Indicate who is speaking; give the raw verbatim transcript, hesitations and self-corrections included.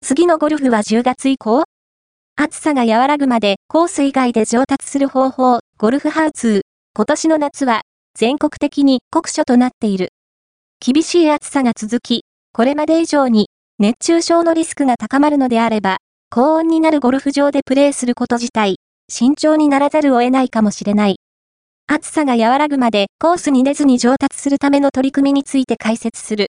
Speaker 1: 次のゴルフはじゅうがつ以降？暑さが和らぐまでコース以外で上達する方法、ゴルフハウツー。今年の夏は全国的に酷暑となっている。厳しい暑さが続き、これまで以上に熱中症のリスクが高まるのであれば、高温になるゴルフ場でプレーすること自体、慎重にならざるを得ないかもしれない。暑さが和らぐまでコースに出ずに上達するための取り組みについて解説する。